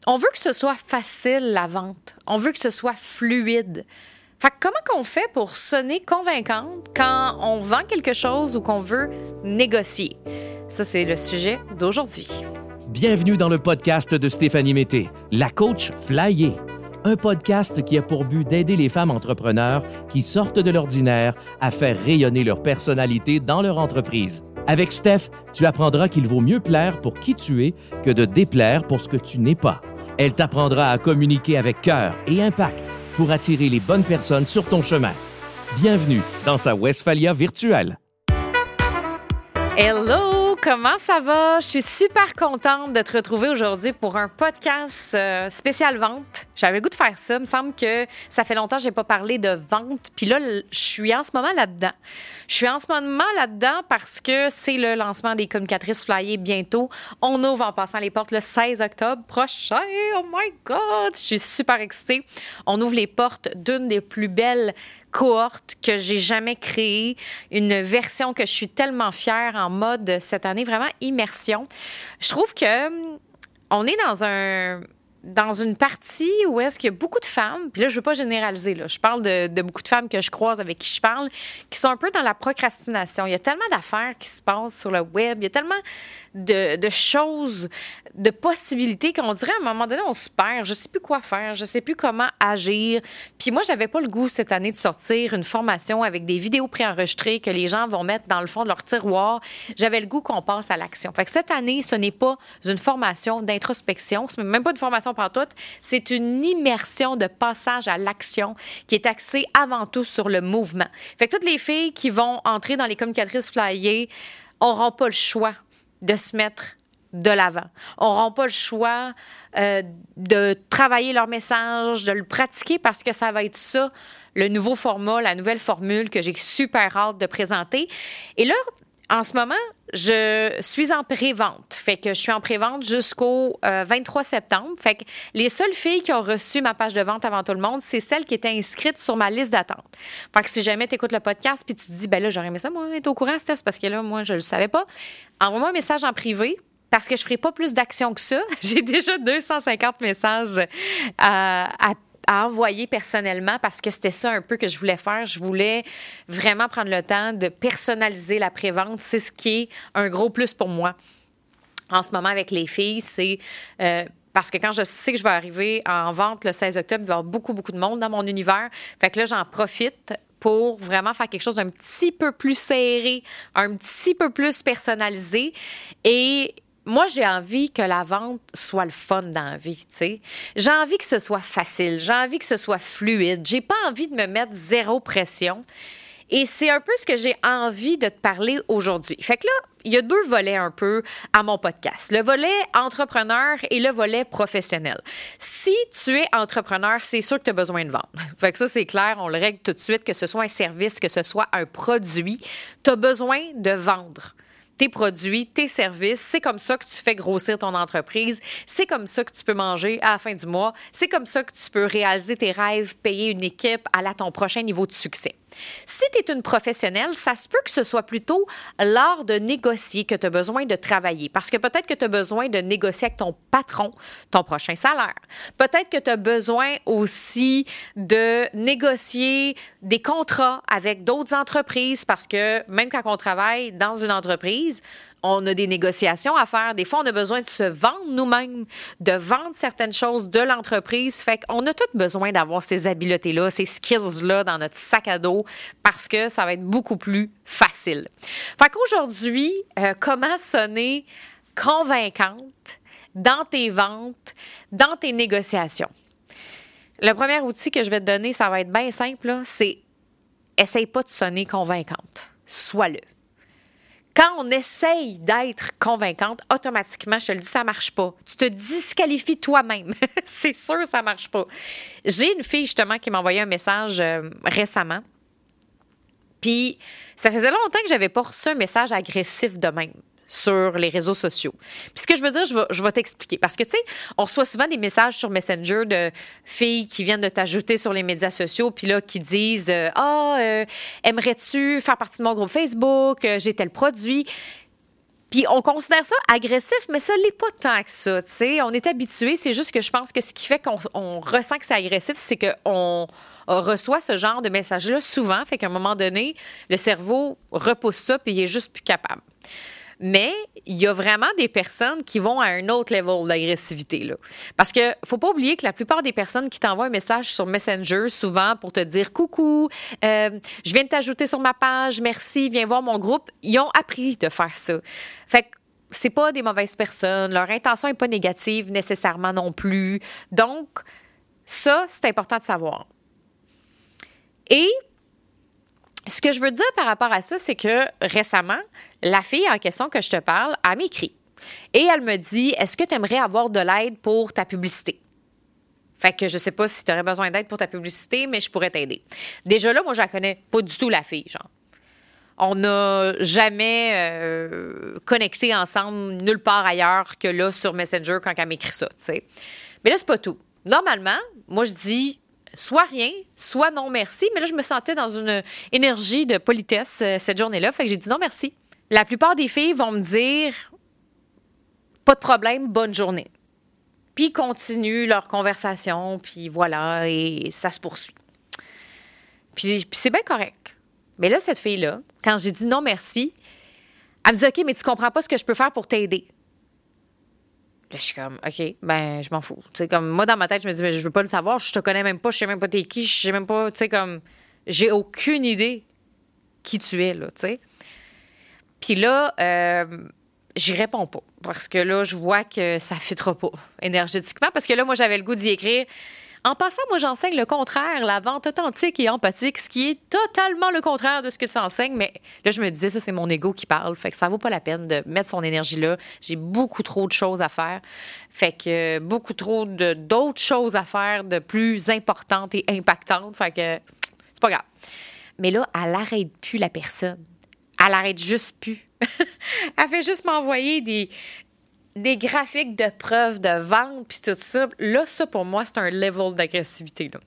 on veut que ce soit facile, la vente. On veut que ce soit fluide. Fait que comment qu'on fait pour sonner convaincante quand on vend quelque chose ou qu'on veut négocier? Ça, c'est le sujet d'aujourd'hui. Bienvenue dans le podcast de Stéphanie Mété, la coach flyée. Un podcast qui a pour but d'aider les femmes entrepreneurs qui sortent de l'ordinaire à faire rayonner leur personnalité dans leur entreprise. Avec Steph, tu apprendras qu'il vaut mieux plaire pour qui tu es que de déplaire pour ce que tu n'es pas. Elle t'apprendra à communiquer avec cœur et impact pour attirer les bonnes personnes sur ton chemin. Bienvenue dans sa Westphalia virtuelle. Hello, comment ça va? Je suis super contente de te retrouver aujourd'hui pour un podcast spécial vente. J'avais le goût de faire ça. Il me semble que ça fait longtemps que je n'ai pas parlé de vente. Puis là, je suis en ce moment là-dedans. Je suis en ce moment là-dedans parce que c'est le lancement des communicatrices flyées bientôt. On ouvre en passant les portes le 16 octobre prochain. Oh my God! Je suis super excitée. On ouvre les portes d'une des plus belles cohorte que j'ai jamais créée, une version que je suis tellement fière en mode cette année, vraiment immersion. Je trouve que on est dans une partie où est-ce qu'il y a beaucoup de femmes, puis là, je veux pas généraliser, là, je parle de beaucoup de femmes que je croise, avec qui je parle, qui sont un peu dans la procrastination. Il y a tellement d'affaires qui se passent sur le web, il y a tellement de choses, de possibilités qu'on dirait à un moment donné, on se perd. Je sais plus quoi faire, je sais plus comment agir. Puis moi, j'avais pas le goût cette année de sortir une formation avec des vidéos préenregistrées que les gens vont mettre dans le fond de leur tiroir. J'avais le goût qu'on passe à l'action. Fait que cette année, ce n'est pas une formation d'introspection, c'est même pas une formation pantoute, c'est une immersion de passage à l'action qui est axée avant tout sur le mouvement. Fait que toutes les filles qui vont entrer dans les communicatrices flyées n'auront pas le choix de se mettre de l'avant. On n'aura pas le choix de travailler leur message, de le pratiquer parce que ça va être ça, le nouveau format, la nouvelle formule que j'ai super hâte de présenter. Et là, en ce moment, je suis en pré-vente. Fait que je suis en pré-vente jusqu'au 23 septembre. Fait que les seules filles qui ont reçu ma page de vente avant tout le monde, c'est celles qui étaient inscrites sur ma liste d'attente. Fait que si jamais tu écoutes le podcast puis tu te dis, ben là, j'aurais aimé ça, moi, être au courant, Steph, parce que là, moi, je le savais pas. Envoie-moi un message en privé parce que je ferai pas plus d'action que ça. J'ai déjà 250 messages à envoyer personnellement parce que c'était ça un peu que je voulais faire. Je voulais vraiment prendre le temps de personnaliser la prévente. C'est ce qui est un gros plus pour moi. En ce moment, avec les filles, c'est parce que quand je sais que je vais arriver en vente le 16 octobre, il va y avoir beaucoup, beaucoup de monde dans mon univers. Fait que là, j'en profite pour vraiment faire quelque chose d'un petit peu plus serré, un petit peu plus personnalisé. Et moi, j'ai envie que la vente soit le fun dans la vie, tu sais. J'ai envie que ce soit facile, j'ai envie que ce soit fluide. J'ai pas envie de me mettre zéro pression. Et c'est un peu ce que j'ai envie de te parler aujourd'hui. Fait que là, il y a deux volets un peu à mon podcast. Le volet entrepreneur et le volet professionnel. Si tu es entrepreneur, c'est sûr que tu as besoin de vendre. Fait que ça, c'est clair, on le règle tout de suite, que ce soit un service, que ce soit un produit. Tu as besoin de vendre tes produits, tes services. C'est comme ça que tu fais grossir ton entreprise. C'est comme ça que tu peux manger à la fin du mois. C'est comme ça que tu peux réaliser tes rêves, payer une équipe, aller à ton prochain niveau de succès. Si tu es une professionnelle, ça se peut que ce soit plutôt l'art de négocier que tu as besoin de travailler. Parce que peut-être que tu as besoin de négocier avec ton patron ton prochain salaire. Peut-être que tu as besoin aussi de négocier des contrats avec d'autres entreprises parce que même quand on travaille dans une entreprise, on a des négociations à faire. Des fois, on a besoin de se vendre nous-mêmes, de vendre certaines choses de l'entreprise. Fait qu'on a tous besoin d'avoir ces habiletés-là, ces skills-là dans notre sac à dos parce que ça va être beaucoup plus facile. Fait qu'aujourd'hui, comment sonner convaincante dans tes ventes, dans tes négociations? Le premier outil que je vais te donner, ça va être bien simple, là, c'est essaye pas de sonner convaincante. Sois-le. Quand on essaye d'être convaincante, automatiquement, je te le dis, ça ne marche pas. Tu te disqualifies toi-même. C'est sûr, ça ne marche pas. J'ai une fille, justement, qui m'a envoyé un message récemment. Puis, ça faisait longtemps que je n'avais pas reçu un message agressif de même sur les réseaux sociaux. Puis ce que je veux dire, je vais t'expliquer. Parce que, tu sais, on reçoit souvent des messages sur Messenger de filles qui viennent de t'ajouter sur les médias sociaux, puis là, qui disent « aimerais-tu faire partie de mon groupe Facebook? J'ai tel produit. » Puis on considère ça agressif, mais ça l'est pas tant que ça, tu sais. On est habitué, c'est juste que je pense que ce qui fait qu'on ressent que c'est agressif, c'est qu'on reçoit ce genre de message-là souvent, fait qu'à un moment donné, le cerveau repousse ça puis il est juste plus capable. Mais il y a vraiment des personnes qui vont à un autre level d'agressivité, là. Parce que faut pas oublier que la plupart des personnes qui t'envoient un message sur Messenger, souvent pour te dire « Coucou, je viens de t'ajouter sur ma page, merci, viens voir mon groupe », ils ont appris de faire ça. Fait que c'est pas des mauvaises personnes, leur intention est pas négative nécessairement non plus. Donc, ça, c'est important de savoir. Et ce que je veux dire par rapport à ça, c'est que récemment, la fille en question que je te parle, elle m'écrit. Et elle me dit, est-ce que tu aimerais avoir de l'aide pour ta publicité? Fait que je sais pas si tu aurais besoin d'aide pour ta publicité, mais je pourrais t'aider. Déjà là, moi, je la connais pas du tout, la fille, genre. On n'a jamais connecté ensemble nulle part ailleurs que là, sur Messenger, quand elle m'écrit ça, tu sais. Mais là, c'est pas tout. Normalement, moi, je dis soit rien, soit non merci. Mais là, je me sentais dans une énergie de politesse cette journée-là. Fait que j'ai dit non merci. La plupart des filles vont me dire pas de problème, bonne journée. Puis ils continuent leur conversation, puis voilà, et ça se poursuit. Puis c'est bien correct. Mais là, cette fille-là, quand j'ai dit non merci, elle me dit OK, mais tu comprends pas ce que je peux faire pour t'aider. Là, je suis comme, OK, ben, je m'en fous. Tu sais, comme, moi, dans ma tête, je me dis, mais je veux pas le savoir, je te connais même pas, je sais même pas t'es qui, je sais même pas, tu sais, comme, j'ai aucune idée qui tu es, là, tu sais. Puis là, j'y réponds pas, parce que là, je vois que ça fitera pas énergétiquement, parce que là, moi, j'avais le goût d'y écrire. En passant, moi, j'enseigne le contraire, la vente authentique et empathique, ce qui est totalement le contraire de ce que tu enseignes. Mais là, je me disais, ça, c'est mon ego qui parle. Fait que ça vaut pas la peine de mettre son énergie là. J'ai beaucoup trop de choses à faire. Fait que beaucoup trop d'autres choses à faire de plus importantes et impactantes. Fait que c'est pas grave. Mais là, elle arrête plus la personne. Elle arrête juste plus. Elle fait juste m'envoyer des graphiques de preuves de vente puis tout ça. Là, ça, pour moi, c'est un level d'agressivité, là.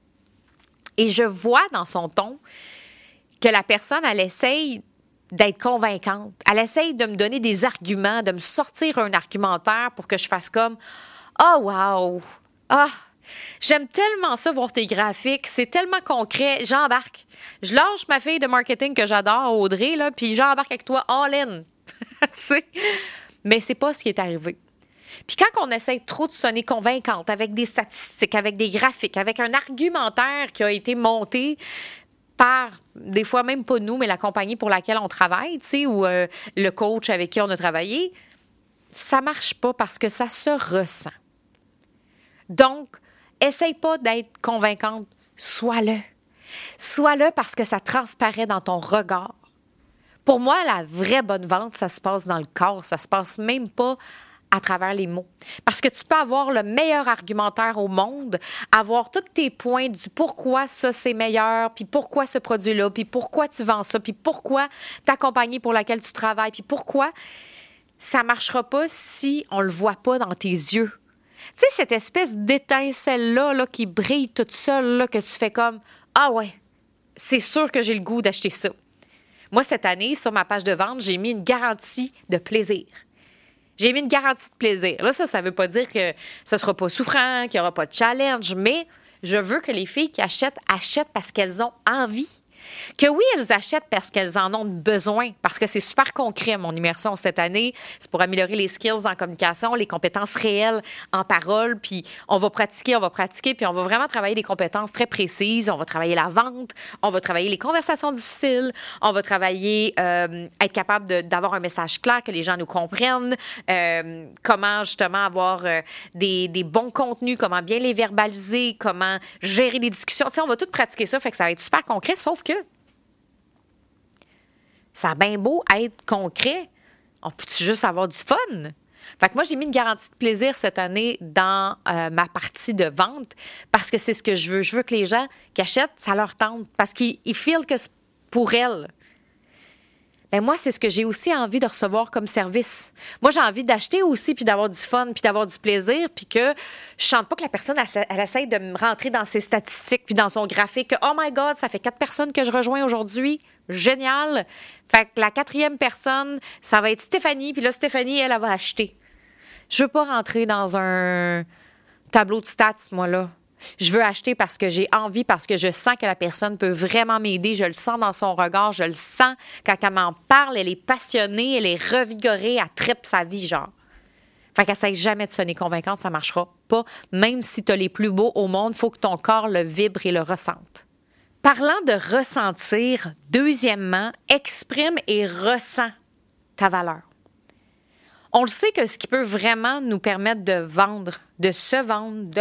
Et je vois dans son ton que la personne, elle essaye d'être convaincante. Elle essaye de me donner des arguments, de me sortir un argumentaire pour que je fasse comme « Oh, wow! Ah! J'aime tellement ça, voir tes graphiques. C'est tellement concret. J'embarque. Je lâche ma fille de marketing que j'adore, Audrey, là, puis j'embarque avec toi all-in. » Tu sais? Mais c'est pas ce qui est arrivé. Puis quand on essaie trop de sonner convaincante avec des statistiques, avec des graphiques, avec un argumentaire qui a été monté par, des fois même pas nous, mais la compagnie pour laquelle on travaille, tu sais, ou le coach avec qui on a travaillé, ça marche pas parce que ça se ressent. Donc, essaye pas d'être convaincante, sois-le. Sois-le parce que ça transparaît dans ton regard. Pour moi, la vraie bonne vente, ça se passe dans le corps. Ça se passe même pas à travers les mots. Parce que tu peux avoir le meilleur argumentaire au monde, avoir tous tes points du pourquoi ça, c'est meilleur, puis pourquoi ce produit-là, puis pourquoi tu vends ça, puis pourquoi ta compagnie pour laquelle tu travailles, puis pourquoi ça marchera pas si on le voit pas dans tes yeux. Tu sais, cette espèce d'étincelle-là là, qui brille toute seule, là, que tu fais comme « Ah ouais, c'est sûr que j'ai le goût d'acheter ça. » Moi, cette année, sur ma page de vente, j'ai mis une garantie de plaisir. J'ai mis une garantie de plaisir. Là, ça ne veut pas dire que ce ne sera pas souffrant, qu'il n'y aura pas de challenge, mais je veux que les filles qui achètent parce qu'elles ont envie. Que oui, elles achètent parce qu'elles en ont besoin, parce que c'est super concret, mon immersion cette année. C'est pour améliorer les skills en communication, les compétences réelles en parole, puis on va pratiquer, puis on va vraiment travailler des compétences très précises. On va travailler la vente, on va travailler les conversations difficiles, on va travailler être capable d'avoir un message clair, que les gens nous comprennent, comment justement avoir des bons contenus, comment bien les verbaliser, comment gérer des discussions. Tu sais, on va tout pratiquer ça, fait que ça va être super concret, sauf que ça a bien beau être concret, on peut-tu juste avoir du fun? Fait que moi, j'ai mis une garantie de plaisir cette année dans ma partie de vente parce que c'est ce que je veux. Je veux que les gens qui achètent, ça leur tente parce qu'ils feel que c'est pour elles. Ben moi, c'est ce que j'ai aussi envie de recevoir comme service. Moi, j'ai envie d'acheter aussi, puis d'avoir du fun, puis d'avoir du plaisir, puis que je sente pas que la personne, elle essaye de me rentrer dans ses statistiques, puis dans son graphique. Oh my God, ça fait 4 personnes que je rejoins aujourd'hui. Génial. Fait que la 4e personne, ça va être Stéphanie, puis là, Stéphanie, elle va acheter. Je veux pas rentrer dans un tableau de stats, moi, là. Je veux acheter parce que j'ai envie, parce que je sens que la personne peut vraiment m'aider. Je le sens dans son regard, je le sens quand elle m'en parle. Elle est passionnée, elle est revigorée, elle tripe sa vie, genre. Fait qu'elle essaie jamais de sonner convaincante, ça marchera pas. Même si tu as les plus beaux au monde, il faut que ton corps le vibre et le ressente. Parlant de ressentir, deuxièmement, exprime et ressens ta valeur. On le sait que ce qui peut vraiment nous permettre de vendre, de se vendre,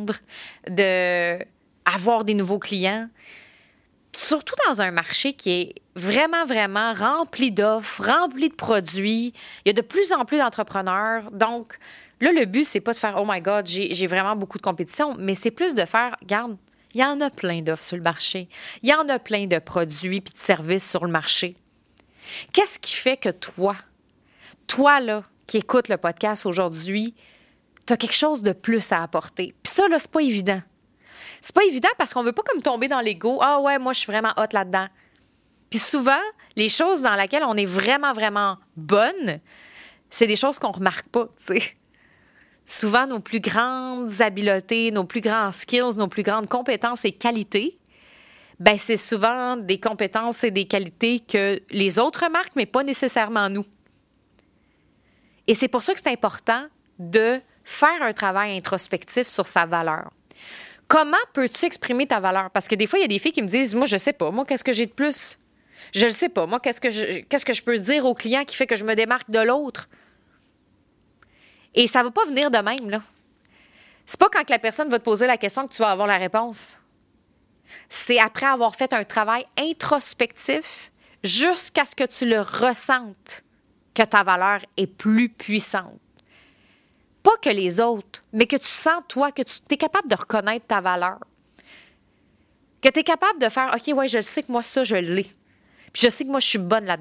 d'avoir des nouveaux clients, surtout dans un marché qui est vraiment, vraiment rempli d'offres, rempli de produits. Il y a de plus en plus d'entrepreneurs. Donc, là, le but, c'est pas de faire « Oh my God, j'ai vraiment beaucoup de compétition », mais c'est plus de faire « Regarde, il y en a plein d'offres sur le marché. Il y en a plein de produits puis de services sur le marché. Qu'est-ce qui fait que toi, là, qui écoute le podcast aujourd'hui, tu as quelque chose de plus à apporter. Puis ça, là, c'est pas évident. C'est pas évident parce qu'on veut pas comme tomber dans l'ego. Ah ouais, moi, je suis vraiment hot là-dedans. Puis souvent, les choses dans lesquelles on est vraiment, vraiment bonne, c'est des choses qu'on remarque pas, tu sais. Souvent, nos plus grandes habiletés, nos plus grands skills, nos plus grandes compétences et qualités, ben c'est souvent des compétences et des qualités que les autres remarquent, mais pas nécessairement nous. Et c'est pour ça que c'est important de faire un travail introspectif sur sa valeur. Comment peux-tu exprimer ta valeur? Parce que des fois, il y a des filles qui me disent « Moi, je sais pas. Moi, qu'est-ce que j'ai de plus? Je ne sais pas. Moi, qu'est-ce que je peux dire au client qui fait que je me démarque de l'autre? » Et ça ne va pas venir de même, là. C'est pas quand la personne va te poser la question que tu vas avoir la réponse. C'est après avoir fait un travail introspectif jusqu'à ce que tu le ressentes que ta valeur est plus puissante. Pas que les autres, mais que tu sens, toi, que tu es capable de reconnaître ta valeur. Que tu es capable de faire « OK, ouais, je sais que moi, ça, je l'ai. Puis je sais que moi, je suis bonne là-dedans. »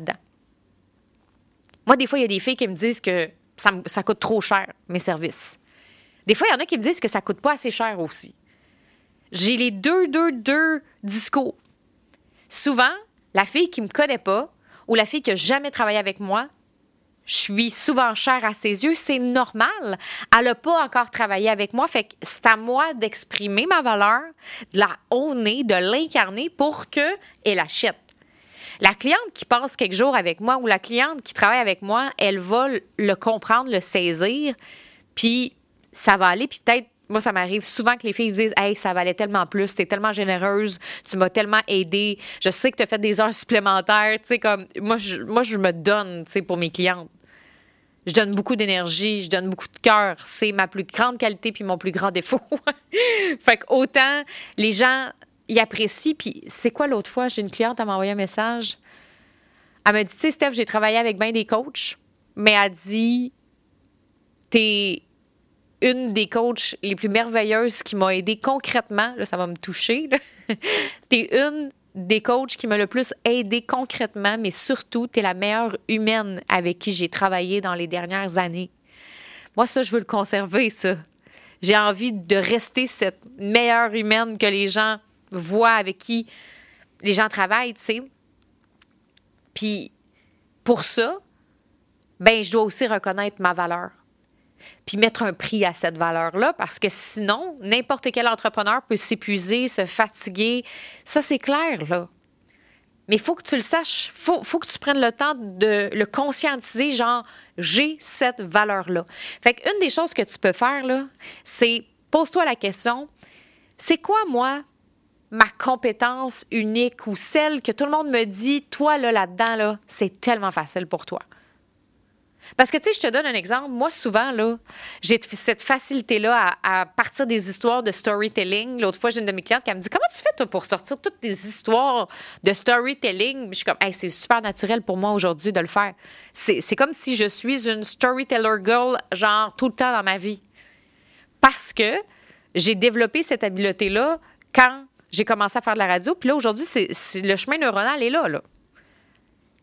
Moi, des fois, il y a des filles qui me disent que ça coûte trop cher, mes services. Des fois, il y en a qui me disent que ça coûte pas assez cher aussi. J'ai les deux discours. Souvent, la fille qui me connaît pas ou la fille qui n'a jamais travaillé avec moi, je suis souvent chère à ses yeux, c'est normal. Elle n'a pas encore travaillé avec moi, fait que c'est à moi d'exprimer ma valeur, de la honner, de l'incarner pour qu'elle achète. La cliente qui passe quelques jours avec moi ou la cliente qui travaille avec moi, elle va le comprendre, le saisir, puis ça va aller, puis peut-être, moi, ça m'arrive souvent que les filles disent « Hey, ça valait tellement plus, t'es tellement généreuse, tu m'as tellement aidée, je sais que t'as fait des heures supplémentaires. » Tu sais, comme, moi, je me donne, tu sais, pour mes clientes. Je donne beaucoup d'énergie, je donne beaucoup de cœur. C'est ma plus grande qualité puis mon plus grand défaut. Fait qu'autant, les gens y apprécient. Puis c'est quoi l'autre fois? J'ai une cliente, elle m'a envoyé un message. Elle m'a dit, tu sais, Steph, j'ai travaillé avec bien des coachs, mais elle dit, t'es une des coachs les plus merveilleuses qui m'a aidée concrètement. Là, ça va me toucher. T'es une des coachs qui m'a le plus aidée concrètement, mais surtout, tu es la meilleure humaine avec qui j'ai travaillé dans les dernières années. Moi, ça, je veux le conserver, ça. J'ai envie de rester cette meilleure humaine que les gens voient, avec qui les gens travaillent, tu sais. Puis, pour ça, ben je dois aussi reconnaître ma valeur. Puis mettre un prix à cette valeur-là, parce que sinon, n'importe quel entrepreneur peut s'épuiser, se fatiguer. Ça, c'est clair, là. Mais il faut que tu le saches. Faut que tu prennes le temps de le conscientiser, genre, j'ai cette valeur-là. Fait qu'une des choses que tu peux faire, là, c'est pose-toi la question, c'est quoi, moi, ma compétence unique ou celle que tout le monde me dit, toi, là-dedans, là, c'est tellement facile pour toi. Parce que, tu sais, je te donne un exemple. Moi, souvent, là, j'ai cette facilité-là à partir des histoires de storytelling. L'autre fois, j'ai une de mes clientes qui me dit « Comment tu fais, toi, pour sortir toutes tes histoires de storytelling? » Je suis comme « Hey, c'est super naturel pour moi aujourd'hui de le faire. » C'est comme si je suis une storyteller girl, genre, tout le temps dans ma vie. Parce que j'ai développé cette habileté-là quand j'ai commencé à faire de la radio. Puis là, aujourd'hui, le chemin neuronal est là.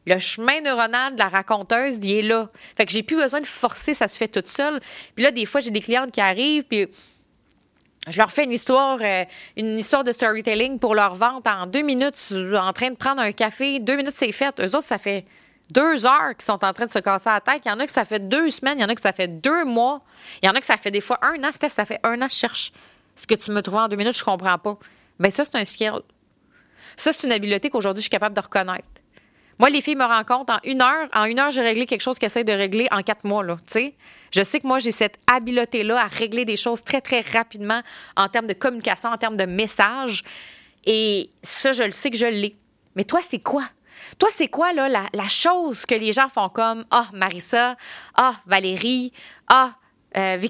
Le chemin neuronal de la raconteuse, il est là. Fait que j'ai plus besoin de forcer, ça se fait toute seule. Puis là, des fois, j'ai des clientes qui arrivent, puis je leur fais une histoire de storytelling pour leur vente en 2 minutes, en train de prendre un café. 2 minutes, c'est fait. Eux autres, ça fait 2 heures qu'ils sont en train de se casser la tête. Il y en a que ça fait 2 semaines, il y en a que ça fait 2 mois. Il y en a que ça fait des fois 1 an. Steph, ça fait 1 an que je cherche ce que tu me trouves en 2 minutes, je comprends pas. Bien, ça, c'est un skill. Ça, c'est une habileté qu'aujourd'hui, je suis capable de reconnaître. Moi, les filles me rencontrent en 1 heure. En 1 heure, j'ai réglé quelque chose qu'elles essaient de régler en 4 mois, là, tu sais. Je sais que moi, j'ai cette habileté-là à régler des choses très, très rapidement en termes de communication, en termes de message. Et ça, je le sais que je l'ai. Mais toi, c'est quoi? Toi, c'est quoi, là, la chose que les gens font comme « Ah, Marissa, ah, Valérie, ah, Victoria »,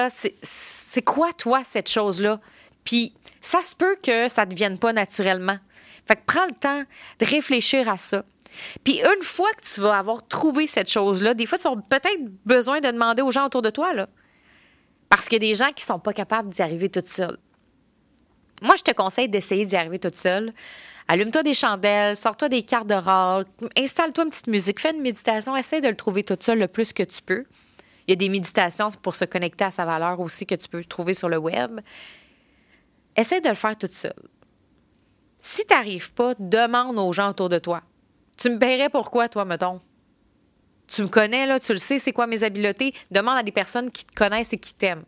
c'est quoi, toi, cette chose-là? Puis, ça se peut que ça ne devienne pas naturellement. Fait que prends le temps de réfléchir à ça. Puis une fois que tu vas avoir trouvé cette chose-là, des fois, tu vas peut-être besoin de demander aux gens autour de toi, là. Parce qu'il y a des gens qui ne sont pas capables d'y arriver toute seule. Moi, je te conseille d'essayer d'y arriver toute seule. Allume-toi des chandelles, sors-toi des cartes d'oracle, installe-toi une petite musique, fais une méditation, essaie de le trouver toute seule le plus que tu peux. Il y a des méditations pour se connecter à sa valeur aussi que tu peux trouver sur le web. Essaie de le faire toute seule. Si tu n'arrives pas, demande aux gens autour de toi. Tu me paierais pourquoi, toi, mettons? Tu me connais, là, tu le sais, c'est quoi mes habiletés? Demande à des personnes qui te connaissent et qui t'aiment.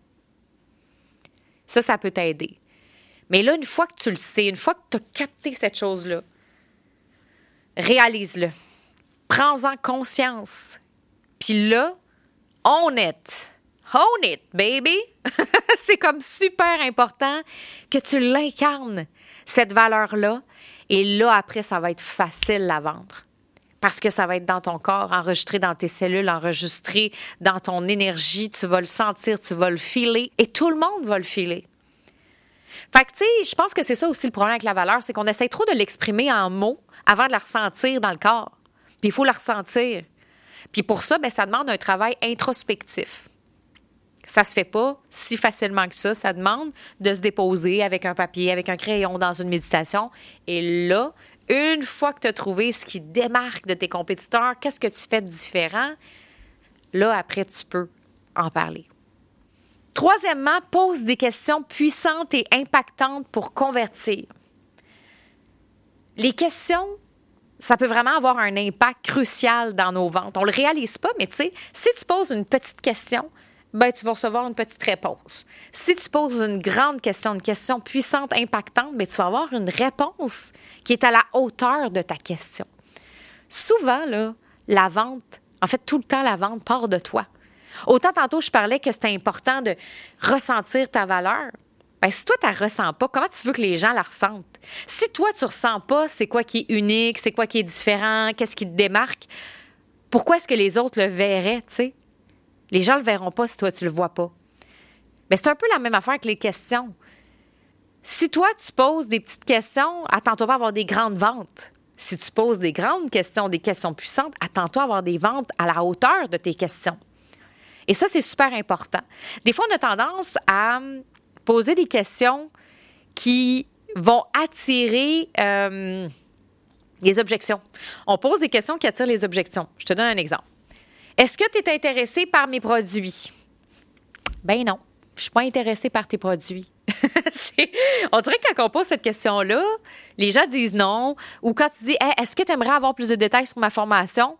Ça peut t'aider. Mais là, une fois que tu le sais, une fois que tu as capté cette chose-là, réalise-le. Prends-en conscience. Puis là, own it. Own it, baby! C'est comme super important que tu l'incarnes, cette valeur-là. Et là, après, ça va être facile à vendre. Parce que ça va être dans ton corps, enregistré dans tes cellules, enregistré dans ton énergie. Tu vas le sentir, tu vas le filer. Et tout le monde va le filer. Fait que, tu sais, je pense que c'est ça aussi le problème avec la valeur, c'est qu'on essaie trop de l'exprimer en mots avant de la ressentir dans le corps. Puis il faut la ressentir. Puis pour ça, bien, ça demande un travail introspectif. Ça se fait pas si facilement que ça. Ça demande de se déposer avec un papier, avec un crayon dans une méditation. Et là, une fois que tu as trouvé ce qui démarque de tes compétiteurs, qu'est-ce que tu fais de différent, là, après, tu peux en parler. Troisièmement, pose des questions puissantes et impactantes pour convertir. Les questions, ça peut vraiment avoir un impact crucial dans nos ventes. On ne le réalise pas, mais tu sais, si tu poses une petite question, ben, tu vas recevoir une petite réponse. Si tu poses une grande question, une question puissante, impactante, ben, tu vas avoir une réponse qui est à la hauteur de ta question. Souvent, là, la vente, en fait, tout le temps, la vente part de toi. Autant tantôt, je parlais que c'était important de ressentir ta valeur. Bien, si toi, tu ne la ressens pas, comment tu veux que les gens la ressentent? Si toi, tu ne ressens pas c'est quoi qui est unique, c'est quoi qui est différent, qu'est-ce qui te démarque, pourquoi est-ce que les autres le verraient, tu sais? Les gens ne le verront pas si toi, tu ne le vois pas. Bien, c'est un peu la même affaire que les questions. Si toi, tu poses des petites questions, attends-toi pas à avoir des grandes ventes. Si tu poses des grandes questions, des questions puissantes, attends-toi à avoir des ventes à la hauteur de tes questions. Et ça, c'est super important. Des fois, on a tendance à poser des questions qui vont attirer les objections. On pose des questions qui attirent les objections. Je te donne un exemple. Est-ce que tu es intéressé par mes produits? Ben non, je ne suis pas intéressée par tes produits. On dirait que quand on pose cette question-là, les gens disent non. Ou quand tu dis hey, est-ce que tu aimerais avoir plus de détails sur ma formation?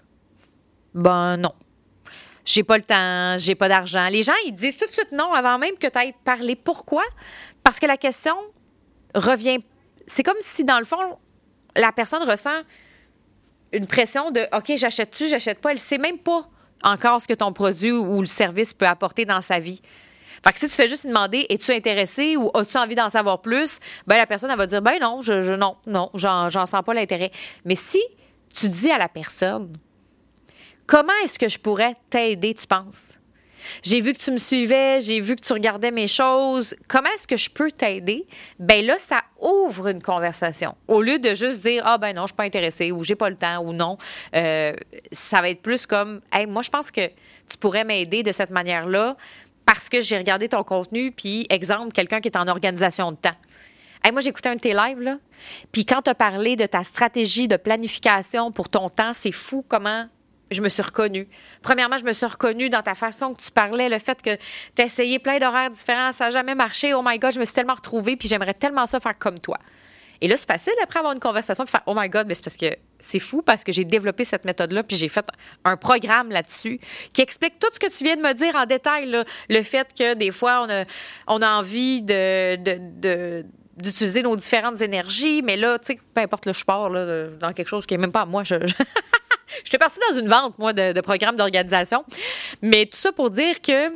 Ben non. J'ai pas le temps, j'ai pas d'argent. Les gens, ils disent tout de suite non avant même que tu ailles parler. Pourquoi? Parce que la question revient. C'est comme si, dans le fond, la personne ressent une pression de OK, j'achète-tu, j'achète pas. Elle ne sait même pas encore ce que ton produit ou le service peut apporter dans sa vie. Fait que si tu fais juste demander es-tu intéressé ou as-tu envie d'en savoir plus, ben la personne elle va dire ben non, non, j'en sens pas l'intérêt. Mais si tu dis à la personne comment est-ce que je pourrais t'aider, tu penses? J'ai vu que tu me suivais, j'ai vu que tu regardais mes choses. Comment est-ce que je peux t'aider? Bien là, ça ouvre une conversation. Au lieu de juste dire « Ah ben non, je suis pas intéressée » ou « J'ai pas le temps » ou « Non », ça va être plus comme « Hey, moi, je pense que tu pourrais m'aider de cette manière-là parce que j'ai regardé ton contenu, puis exemple, quelqu'un qui est en organisation de temps. Hey, moi, j'écoutais un de tes lives, là. Puis quand tu as parlé de ta stratégie de planification pour ton temps, c'est fou comment je me suis reconnue. Premièrement, je me suis reconnue dans ta façon que tu parlais, le fait que tu as essayé plein d'horaires différents, ça n'a jamais marché. Oh my God, je me suis tellement retrouvée, puis j'aimerais tellement ça faire comme toi. Et là, c'est facile après avoir une conversation, puis faire « Oh my God », mais c'est parce que c'est fou, parce que j'ai développé cette méthode-là, puis j'ai fait un programme là-dessus qui explique tout ce que tu viens de me dire en détail, là. Le fait que des fois, on a envie d'utiliser nos différentes énergies, mais là, tu sais, peu importe, là, je pars là, dans quelque chose qui n'est même pas à moi. J'étais partie dans une vente, moi, de programmes d'organisation. Mais tout ça pour dire que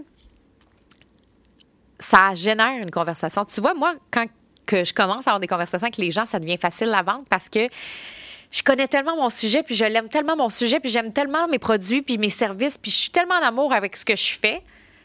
ça génère une conversation. Tu vois, moi, quand que je commence à avoir des conversations avec les gens, ça devient facile la vente parce que je connais tellement mon sujet, puis je l'aime tellement mon sujet, puis j'aime tellement mes produits, puis mes services, puis je suis tellement en amour avec ce que je fais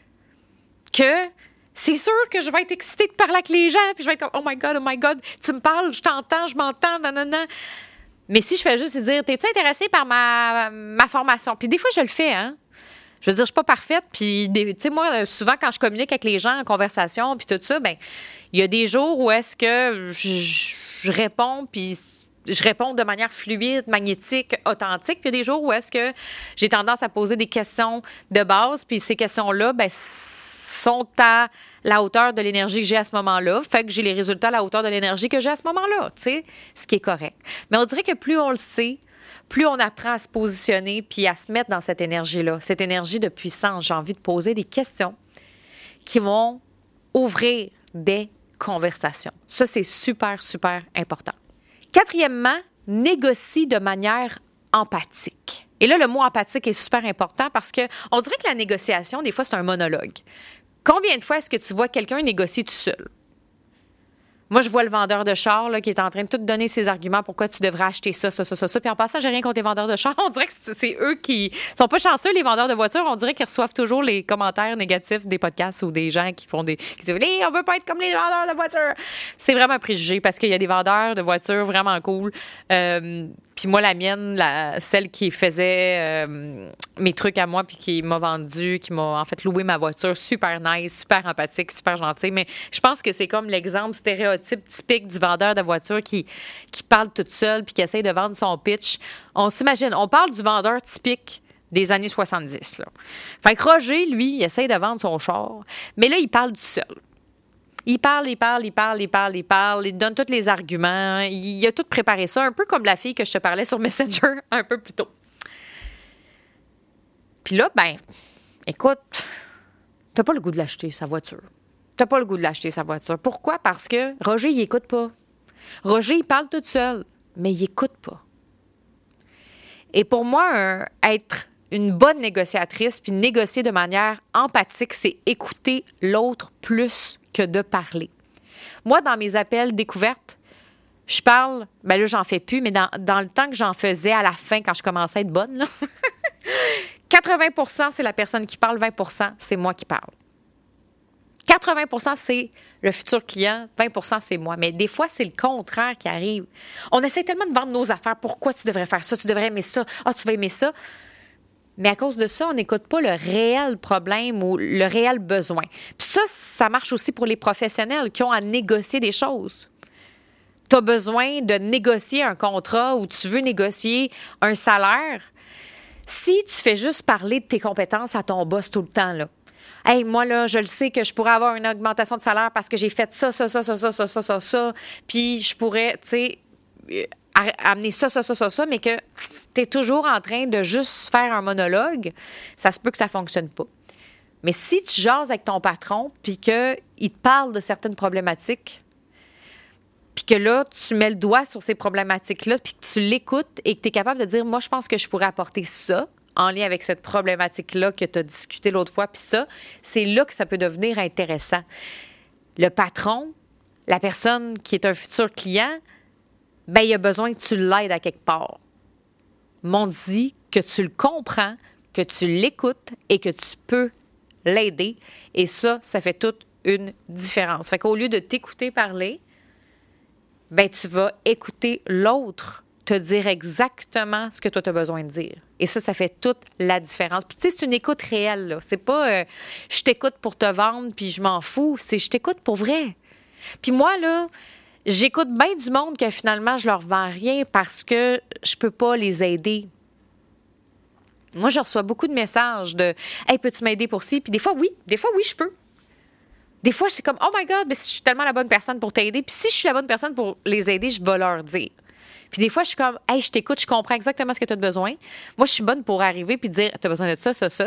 que c'est sûr que je vais être excitée de parler avec les gens, puis je vais être comme « Oh my God, tu me parles, je t'entends, je m'entends, nanana. » Mais si je fais juste dire « T'es-tu intéressée par ma formation? » Puis des fois, je le fais, hein. Je veux dire, je suis pas parfaite, puis, tu sais, moi, souvent, quand je communique avec les gens en conversation, puis tout ça, bien, il y a des jours où est-ce que je réponds, puis je réponds de manière fluide, magnétique, authentique, puis il y a des jours où est-ce que j'ai tendance à poser des questions de base, puis ces questions-là, bien, sont à la hauteur de l'énergie que j'ai à ce moment-là, fait que j'ai les résultats à la hauteur de l'énergie que j'ai à ce moment-là, tu sais, ce qui est correct. Mais on dirait que plus on le sait, plus on apprend à se positionner puis à se mettre dans cette énergie-là, cette énergie de puissance. J'ai envie de poser des questions qui vont ouvrir des conversations. Ça, c'est super, super important. Quatrièmement, négocie de manière empathique. Et là, le mot empathique est super important parce qu'on dirait que la négociation, des fois, c'est un monologue. Combien de fois est-ce que tu vois quelqu'un négocier tout seul? Moi, je vois le vendeur de char là, qui est en train de tout donner ses arguments pourquoi tu devrais acheter ça. Puis en passant, j'ai rien contre les vendeurs de char. On dirait que c'est eux qui sont pas chanceux, les vendeurs de voitures. On dirait qu'ils reçoivent toujours les commentaires négatifs des podcasts ou des gens qui disent on veut pas être comme les vendeurs de voitures. C'est vraiment un préjugé parce qu'il y a des vendeurs de voitures vraiment cool. Puis moi, la mienne, celle qui faisait mes trucs à moi puis qui m'a vendu, qui m'a en fait loué ma voiture, super nice, super empathique, super gentil. Mais je pense que c'est comme l'exemple stéréotype typique du vendeur de voiture qui parle toute seule puis qui essaye de vendre son pitch. On s'imagine, on parle du vendeur typique des années 70. Là. Fait que Roger, lui, il essaye de vendre son char, mais là, il parle du seul. Il parle, il donne tous les arguments. Il a tout préparé ça, un peu comme la fille que je te parlais sur Messenger un peu plus tôt. Puis là, ben, écoute, t'as pas le goût de l'acheter, sa voiture. Pourquoi? Parce que Roger, il écoute pas. Roger, il parle tout seul, mais il écoute pas. Et pour moi, être une bonne négociatrice puis négocier de manière empathique, c'est écouter l'autre plus que de parler. Moi, dans mes appels découvertes, je parle, ben là, j'en fais plus, mais dans le temps que j'en faisais à la fin, quand je commençais à être bonne, là, 80 c'est la personne qui parle, 20 c'est moi qui parle. 80 c'est le futur client, 20 c'est moi. Mais des fois, c'est le contraire qui arrive. On essaie tellement de vendre nos affaires. Pourquoi tu devrais faire ça? Tu devrais aimer ça. Ah, tu vas aimer ça. Mais à cause de ça, on n'écoute pas le réel problème ou le réel besoin. Puis ça marche aussi pour les professionnels qui ont à négocier des choses. Tu as besoin de négocier un contrat ou tu veux négocier un salaire. Si tu fais juste parler de tes compétences à ton boss tout le temps, là, « Hey, moi, là, je le sais que je pourrais avoir une augmentation de salaire parce que j'ai fait ça, puis je pourrais, tu sais, amener ça, mais que tu es toujours en train de juste faire un monologue, ça se peut que ça ne fonctionne pas. Mais si tu jases avec ton patron puis qu'il te parle de certaines problématiques, puis que là, tu mets le doigt sur ces problématiques-là, puis que tu l'écoutes et que tu es capable de dire « Moi, je pense que je pourrais apporter ça en lien avec cette problématique-là que tu as discuté l'autre fois, puis ça, c'est là que ça peut devenir intéressant. » Le patron, la personne qui est un futur client, ben il a besoin que tu l'aides à quelque part. M'on dit que tu le comprends, que tu l'écoutes et que tu peux l'aider. Et ça fait toute une différence. Fait qu'au lieu de t'écouter parler, ben tu vas écouter l'autre te dire exactement ce que toi, tu as besoin de dire. Et ça fait toute la différence. Puis tu sais, c'est une écoute réelle, là. C'est pas je t'écoute pour te vendre puis je m'en fous. C'est je t'écoute pour vrai. Puis moi, là, J'écoute bien du monde que finalement, je leur vends rien parce que je peux pas les aider. Moi, je reçois beaucoup de messages de « Hey, peux-tu m'aider pour ci? » Puis des fois, oui, je peux. Des fois, c'est comme « Oh my God, mais je suis tellement la bonne personne pour t'aider. » Puis si je suis la bonne personne pour les aider, je vais leur dire. Puis des fois, je suis comme « Hey, je t'écoute, je comprends exactement ce que tu as besoin. » Moi, je suis bonne pour arriver puis dire « Tu as besoin de ça, ça, ça. »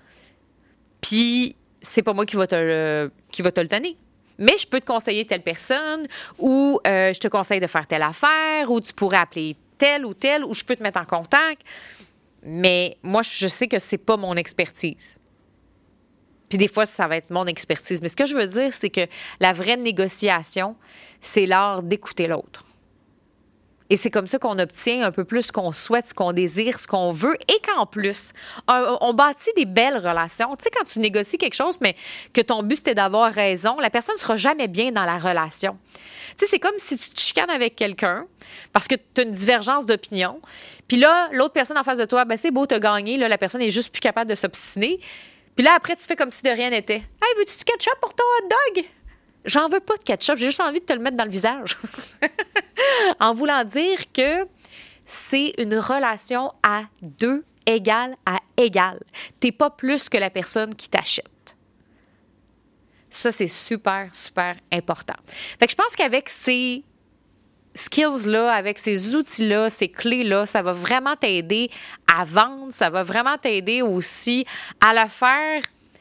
Puis c'est pas moi qui va te le donner. Mais je peux te conseiller telle personne ou je te conseille de faire telle affaire ou tu pourrais appeler telle ou telle ou je peux te mettre en contact. Mais moi, je sais que c'est pas mon expertise. Puis des fois, ça va être mon expertise. Mais ce que je veux dire, c'est que la vraie négociation, c'est l'art d'écouter l'autre. Et c'est comme ça qu'on obtient un peu plus ce qu'on souhaite, ce qu'on désire, ce qu'on veut. Et qu'en plus, on bâtit des belles relations. Tu sais, quand tu négocies quelque chose, mais que ton but, c'était d'avoir raison, la personne ne sera jamais bien dans la relation. Tu sais, c'est comme si tu te chicanes avec quelqu'un parce que tu as une divergence d'opinion. Puis là, l'autre personne en face de toi, ben c'est beau, t'as gagné. Là, la personne est juste plus capable de s'obstiner. Puis là, après, tu fais comme si de rien n'était. « Hey, veux-tu du ketchup pour ton hot dog? » J'en veux pas de ketchup, j'ai juste envie de te le mettre dans le visage. En voulant dire que c'est une relation à deux, égal à égal. T'es pas plus que la personne qui t'achète. Ça, c'est super, super important. Fait que je pense qu'avec ces skills-là, avec ces outils-là, ces clés-là, ça va vraiment t'aider à vendre, ça va vraiment t'aider aussi à le faire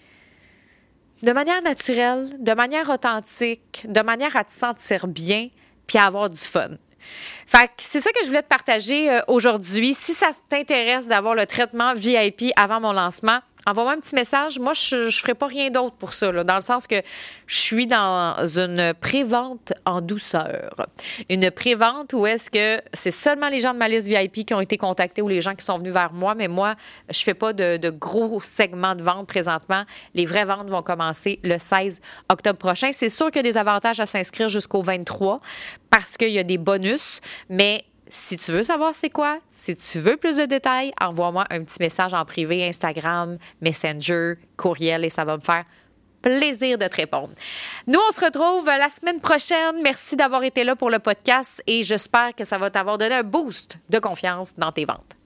de manière naturelle, de manière authentique, de manière à te sentir bien, puis à avoir du fun. Fait que c'est ça que je voulais te partager aujourd'hui. Si ça t'intéresse d'avoir le traitement VIP avant mon lancement, envoie-moi un petit message. Moi, je ferai pas rien d'autre pour ça, là, dans le sens que je suis dans une pré-vente en douceur. Une pré-vente où est-ce que c'est seulement les gens de ma liste VIP qui ont été contactés ou les gens qui sont venus vers moi, mais moi, je fais pas de gros segments de vente présentement. Les vraies ventes vont commencer le 16 octobre prochain. C'est sûr qu'il y a des avantages à s'inscrire jusqu'au 23 parce qu'il y a des bonus, mais si tu veux savoir c'est quoi, si tu veux plus de détails, envoie-moi un petit message en privé, Instagram, Messenger, courriel et ça va me faire plaisir de te répondre. Nous, on se retrouve la semaine prochaine. Merci d'avoir été là pour le podcast et j'espère que ça va t'avoir donné un boost de confiance dans tes ventes.